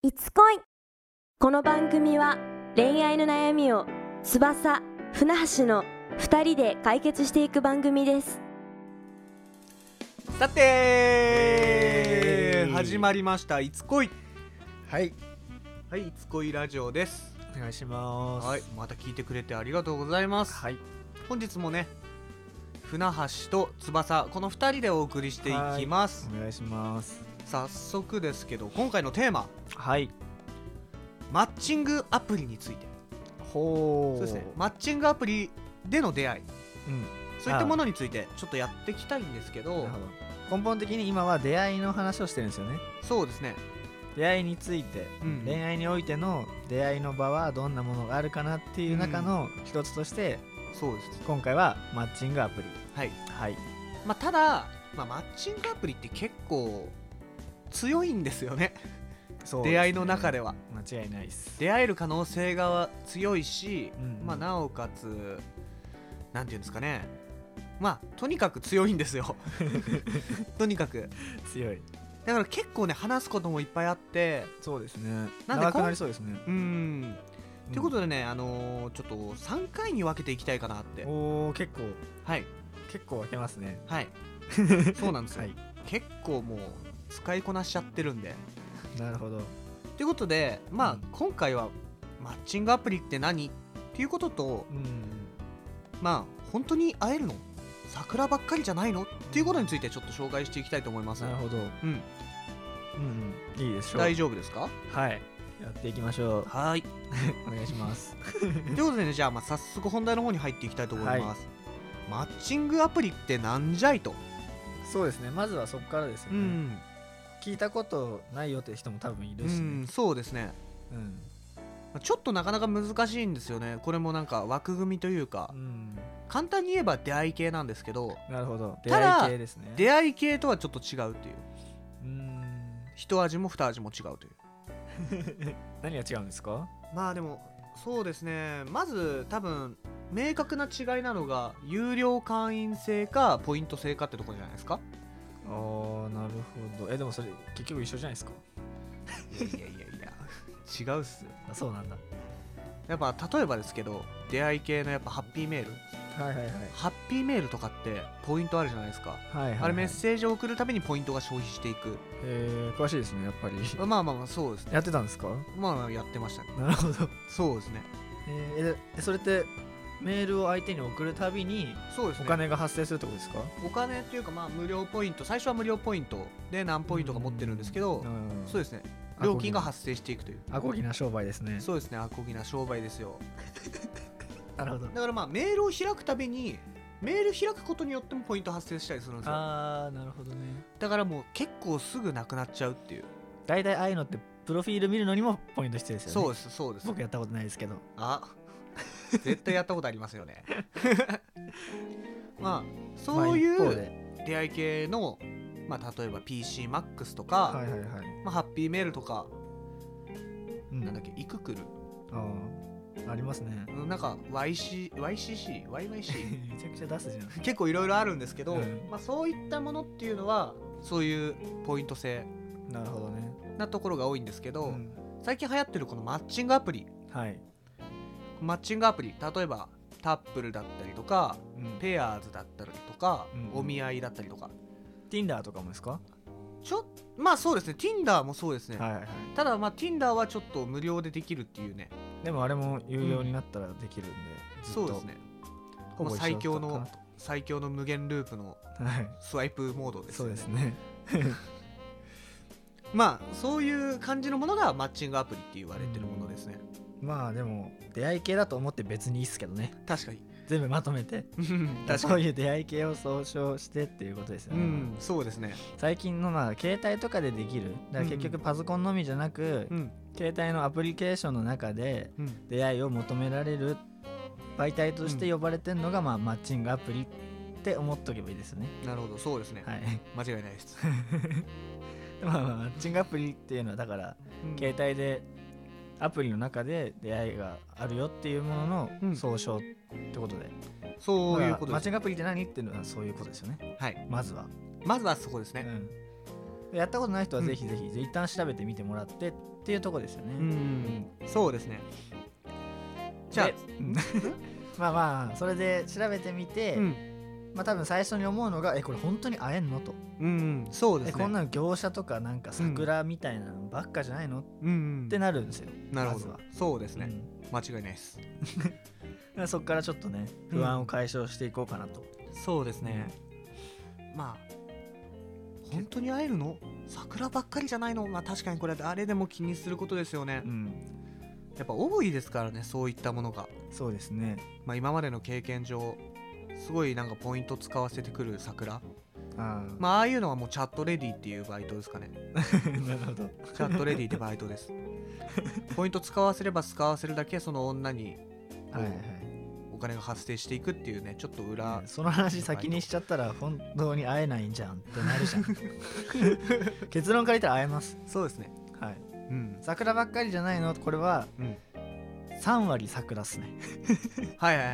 いつ恋。この番組は恋愛の悩みを翼、船橋の2人で解決していく番組です。 さて、始まりましたいつ恋。 はいはい、いつ恋ラジオです。 お願いします。 はい、また聞いてくれてありがとうございます。 はい、 本日もね、船橋と翼、この2人でお送りしていきます。 お願いします。 早速ですけど、今回のテーマ、 はい、 マッチングアプリについて。 ほそうですね、マッチングアプリでの出会い、 うんそういったものについてちょっとやっていきたいんですけど。 なるほど。根本的に今は出会いの話をしてるんですよね。 そうですね、 出会いについて、恋愛においての出会いの場はどんなものがあるかなっていう中の一つとして、 そうです。 今回はマッチングアプリ。 はいはい。 ただ、マッチングアプリって結構強いんですよね。 そうですね、 出会いの中では間違いないです。 出会える可能性が強いし、なおかつなんていうんですかね、とにかく強いんですよとにかく強い。 だから結構ね、話すこともいっぱいあって。 そうですね、 なんで長くなりそうですね。 ということでね、ちょっと3回に分けていきたいかなって。 おー、結構はい結構分けますね。 はいそうなんですよ、 はい、 結構もう使いこなしちゃってるんで。 なるほど。 ということで、今回はマッチングアプリって何っていうことと、本当に会えるの？桜ばっかりじゃないの？っていうことについてちょっと紹介していきたいと思います。 なるほど。いいでしょう。 大丈夫ですか？ はい、やっていきましょう。 はい、 お願いしますということでね、じゃあ早速本題の方に入っていきたいと思います。マッチングアプリってなんじゃいと。 そうですね、まずはそこからですよね。聞いたことないよって人も多分いるしね。 そうですね、ちょっとなかなか難しいんですよね。これもなんか枠組みというか、簡単に言えば出会い系なんですけど。 なるほど、出会い系ですね。 出会い系とはちょっと違うっていう、一味も二味も違うという何が違うんですか？ でもそうですね、まず多分明確な違いなのが有料会員制かポイント制かってところじゃないですか。 なるほど。でもそれ結局一緒じゃないですか。 いや違うっす。 そうなんだ。 やっぱ例えばですけど、出会い系のやっぱハッピーメール、ハッピーメールとかってポイントあるじゃないですか。あれメッセージを送るためにポイントが消費していく。 詳しいですね、やっぱり。 そうですね。 やってたんですか？ やってましたね。 なるほど。 そうですね。 それってメールを相手に送るたびにお金が発生するってことですか？ お金っていうか無料ポイント、最初は無料ポイントで何ポイントか持ってるんですけど、そうですね、料金が発生していくというアコギな商売ですね。 そうですね、アコギな商売ですよなるほど。 だからメールを開くたびに、メール開くことによってもポイント発生したりするんですよ。 なるほどね。 だからもう結構すぐなくなっちゃうっていう。 大体ああいうのってプロフィール見るのにもポイント必要ですよね。 そうです。 僕やったことないですけど。 絶対やったことありますよねそういう出会い系の、例えば PCMAX とか、ハッピーメールとか、なんだっけ、イククル、 ありますね。 なんか YCC、YYC めちゃくちゃ出すじゃん。 結構いろいろあるんですけど、そういったものっていうのはそういうポイント制なるほどねなところが多いんですけど、最近流行ってるこのマッチングアプリ、マッチングアプリ、例えばタップルだったりとか、ペアーズだったりとか、お見合いだったりとか、 Tinder とかもですか？ そうですね、Tinder もそうですね。ただTinder はちょっと無料でできるっていうね。 でもあれも有料になったらできるんで、 そうですね、ほぼ最強の無限ループのスワイプモードですよね。 そうですねそういう感じのものがマッチングアプリって言われてるものですね。 でも出会い系だと思って別にいいっすけどね。 確かに全部まとめてそういう出会い系を総称してっていうことですよね。 そうですね。 最近の携帯とかでできる、だから結局パソコンのみじゃなく、携帯のアプリケーションの中で出会いを求められる媒体として呼ばれてるのが、マッチングアプリって思っとけばいいですよね。 なるほど、そうですね、間違いないですマッチングアプリっていうのはだから、携帯でアプリの中で出会いがあるよっていうものの総称ってことで、 そういうことです。 マッチングアプリって何っていうのはそういうことですよね。 はい、 まずはそこですね。 やったことない人はぜひぜひ、一旦調べてみてもらってっていうところですよね。 そうですね。じゃあまあまあそれで調べてみて、まあ多分最初に思うのがこれ本当に会えんのと、 そうですね。 こんなの業者とかなんか桜みたいなのばっかじゃないの、ってなるんですよ。 なるほど。そうですね、間違いないですそこからちょっとね不安を解消していこうかなと。 そうですね。まあ本当に会えるの？桜ばっかりじゃないの？まあ確かにこれは誰でも気にすることですよね。やっぱ多いですからね、そういったものが。 そうですね。 まあ今までの経験上すごいなんかポイント使わせてくる桜、まあああいうのはもうチャットレディっていうバイトですかねなるほど。 チャットレディってバイトですポイント使わせれば使わせるだけその女にお金が発生していくっていうね、ちょっと裏、 その話先にしちゃったら本当に会えないんじゃんってなるじゃん結論から言ったら会えます。 そうですね。 はい、桜ばっかりじゃないの、これは、3割桜っすねはいはいはい。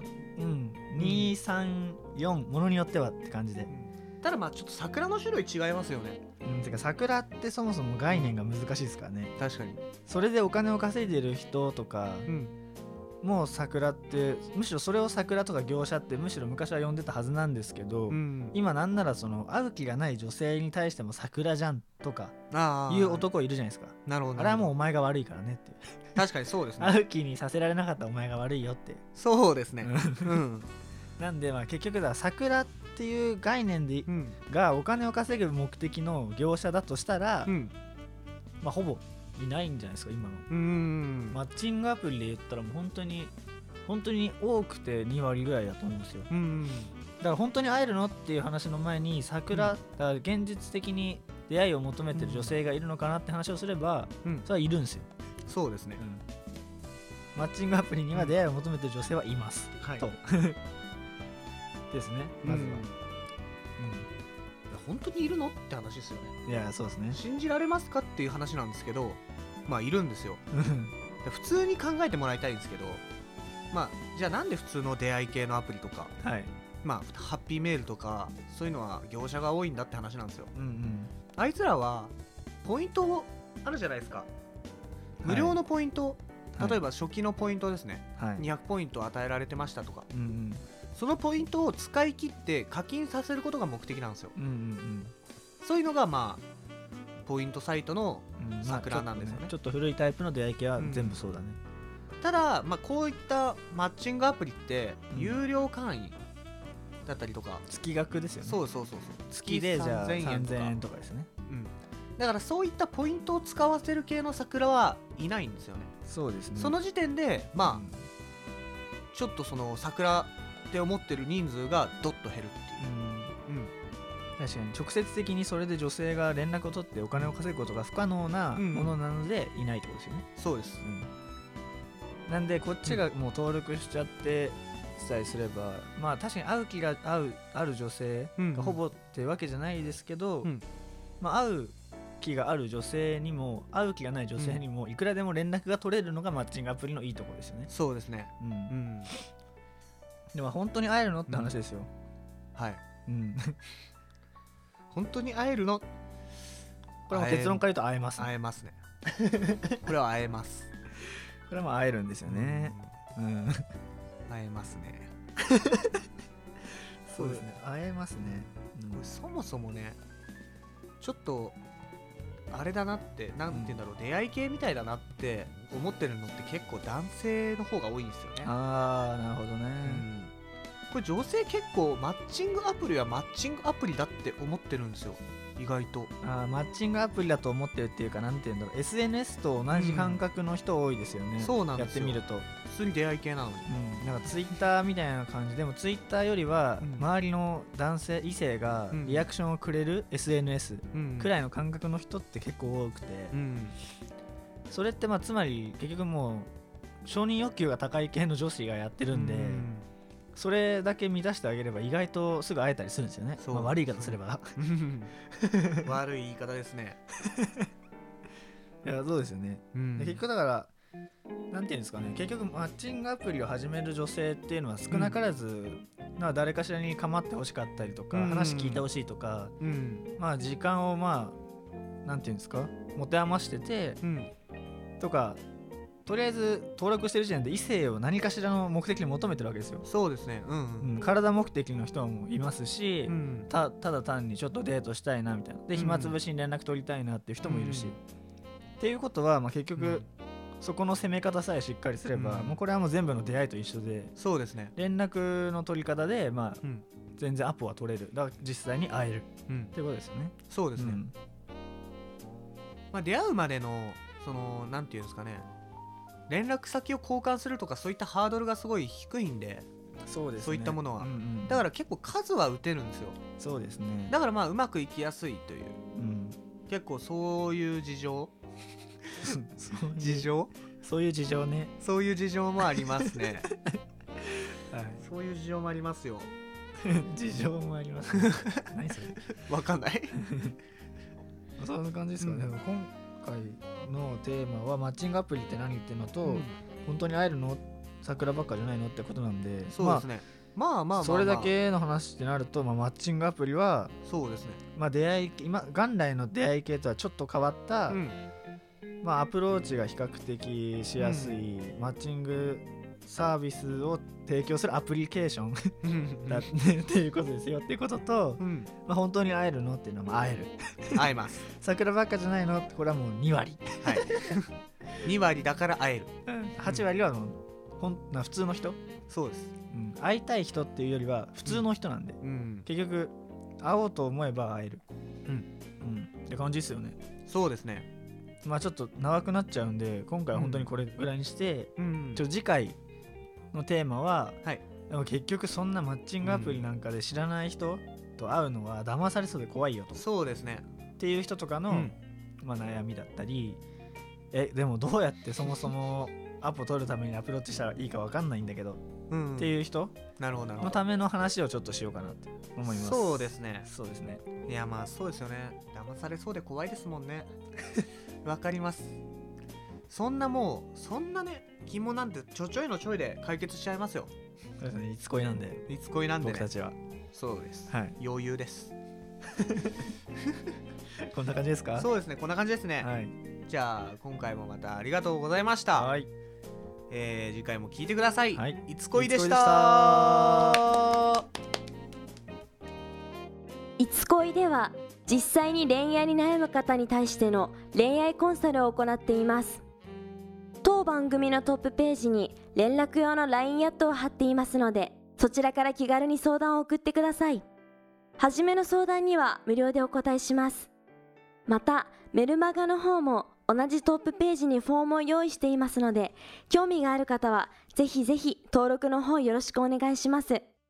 2、3、4ものによってはって感じで、 ただまあちょっと桜の種類違いますよね。 てか桜ってそもそも概念が難しいですからね。 確かに。 それでお金を稼いでる人とか、もう桜ってむしろそれを桜とか業者ってむしろ昔は呼んでたはずなんですけど、今なんならその会う気がない女性に対しても桜じゃんとかいう男いるじゃないですか。 なるほど。 あれはもうお前が悪いからねっていう。 確かにそうですね。 会う気にさせられなかったお前が悪いよって。 そうですねなんでまあ結局だ桜っていう概念で、がお金を稼ぐ目的の業者だとしたら、まあほぼいないんじゃないですか今の。マッチングアプリで言ったらもう本当に多くて2割ぐらいだと思うんですよ。だから本当に会えるのっていう話の前に桜、だから現実的に出会いを求めてる女性がいるのかなって話をすれば、それはいるんですよ。 そうですね、 マッチングアプリには出会いを求めてる女性はいます、とですね。まずは、 本当にいるのって話ですよね。 いやそうですね。 信じられますかっていう話なんですけど、まあいるんですよ普通に考えてもらいたいんですけど、まあじゃあなんで普通の出会い系のアプリとか、まあハッピーメールとかそういうのは業者が多いんだって話なんですよ。あいつらはポイントあるじゃないですか。無料のポイント、例えば初期のポイントですね、200ポイント与えられてましたとか、そのポイントを使い切って課金させることが目的なんですよ。そういうのがまあポイントサイトの桜なんですよね。 ちょっと古いタイプの出会い系は全部そうだね。 ただ、まあ、こういったマッチングアプリって有料会員だったりとか、 月額ですよね。そう月でじゃあ3000円とかですね。 だからそういったポイントを使わせる系の桜はいないんですよね。 そうですね。 その時点でまあ、ちょっとその桜って思ってる人数がどっと減るっていう、 確かに直接的にそれで女性が連絡を取ってお金を稼ぐことが不可能なものなのでいないってことですよね。 そうです、 なんでこっちがもう登録しちゃってさえすれば、まあ確かに会う気がある女性がほぼってわけじゃないですけど、まあ会う気がある女性にも会う気がない女性にもいくらでも連絡が取れるのがマッチングアプリのいいところですよね。 そうですね。 でも本当に会えるのって話ですよ。 本当に会えるの？ これは結論から言うと会えますね。 会えますねこれは会えますこれはもう会えるんですよね。 会えますねそうですね、会えますね。 そもそもねちょっとあれだなって、なんて言うんだろう、出会い系みたいだなって思ってるのって結構男性の方が多いんですよね。 なるほどね。 これ女性結構マッチングアプリはマッチングアプリだって思ってるんですよ、意外と。 マッチングアプリだと思ってるっていうか、なんて言うんだろう、 SNS と同じ感覚の人多いですよね。 そうなんですよ。 やってみると普通に出会い系なのに、 なんかツイッターみたいな感じでも、ツイッターよりは周りの男性異性がリアクションをくれる SNS くらいの感覚の人って結構多くて、それってまあつまり結局もう承認欲求が高い系の女子がやってるんで、それだけ満たしてあげれば意外とすぐ会えたりするんですよね。悪い言い方すれば悪い言い方ですねいやそうですよね。結局だからなんていうんですかね、結局マッチングアプリを始める女性っていうのは少なからず誰かしらに構ってほしかったりとか、話聞いてほしいとか、まあ時間をなんていうんですか、持て余してて、とか、とりあえず登録してる時点で異性を何かしらの目的に求めてるわけですよ。 そうですね。 体目的の人もいますし、ただ単にちょっとデートしたいなみたいなで、暇つぶしに連絡取りたいなっていう人もいるし、っていうことは結局、そこの攻め方さえしっかりすれば、もうこれはもう全部の出会いと一緒で、 そうですね。 連絡の取り方で全然アポは取れる。だから実際に会える、ってことですよね。 そうですね。出会うまでのなんていうんですかね、連絡先を交換するとかそういったハードルがすごい低いんで、 そうですね、 そういったものは、だから結構数は打てるんですよ。 そうですね。 だからうまくいきやすいという、結構そういう事情そういう事情ね。 そういう事情もありますね。はい、そういう事情もありますよ。 事情もあります、何それ。 わかんない。 そんな感じですかね。今回のテーマはマッチングアプリって何っていうのと、本当に会えるの、桜ばっかじゃないのってことなんで、 そうですね。 それだけの話ってなると、マッチングアプリはそうですね。 出会い、元来の出会い系とはちょっと変わった、アプローチが比較的しやすい、マッチングサービスを提供するアプリケーションだっていうことですよっていうことと、本当に会えるのっていうのは会える。 会えます。 桜ばっかじゃないのって、これはもう2割。 はい。2割だから会える。 8割はもう普通の人。 そうです。 会いたい人っていうよりは普通の人なんで、結局会おうと思えば会える。って感じですよね。 そうですね。 ちょっと長くなっちゃうんで、今回は本当にこれぐらいにして、次回のテーマは、でも結局そんなマッチングアプリなんかで知らない人と会うのは騙されそうで怖いよと。 そうですね。 っていう人とかの、悩みだったり、でもどうやってそもそもアポ取るためにアプローチしたらいいか分かんないんだけど、っていう人のための話をちょっとしようかなって思います。 そうですね。 そうですね。 いやそうですよね。騙されそうで怖いですもんね。わかります。そんなね、肝なんてちょいのちょいで解決しちゃいますよ。 そうですね。いつ恋なんでね、僕たちは。 そうです。余裕です。 こんな感じですか？ そうですね、こんな感じですね。じゃあ今回もまたありがとうございました。次回も聞いてください。いつ恋でした。 いつ恋では実際に恋愛に悩む方に対しての恋愛コンサルを行っています。当番組のトップページに連絡用の LINE アットを貼っていますので、そちらから気軽に相談を送ってください。はじめの相談には無料でお答えします。またメルマガの方も同じトップページにフォームを用意していますので、興味がある方はぜひぜひ登録の方よろしくお願いします。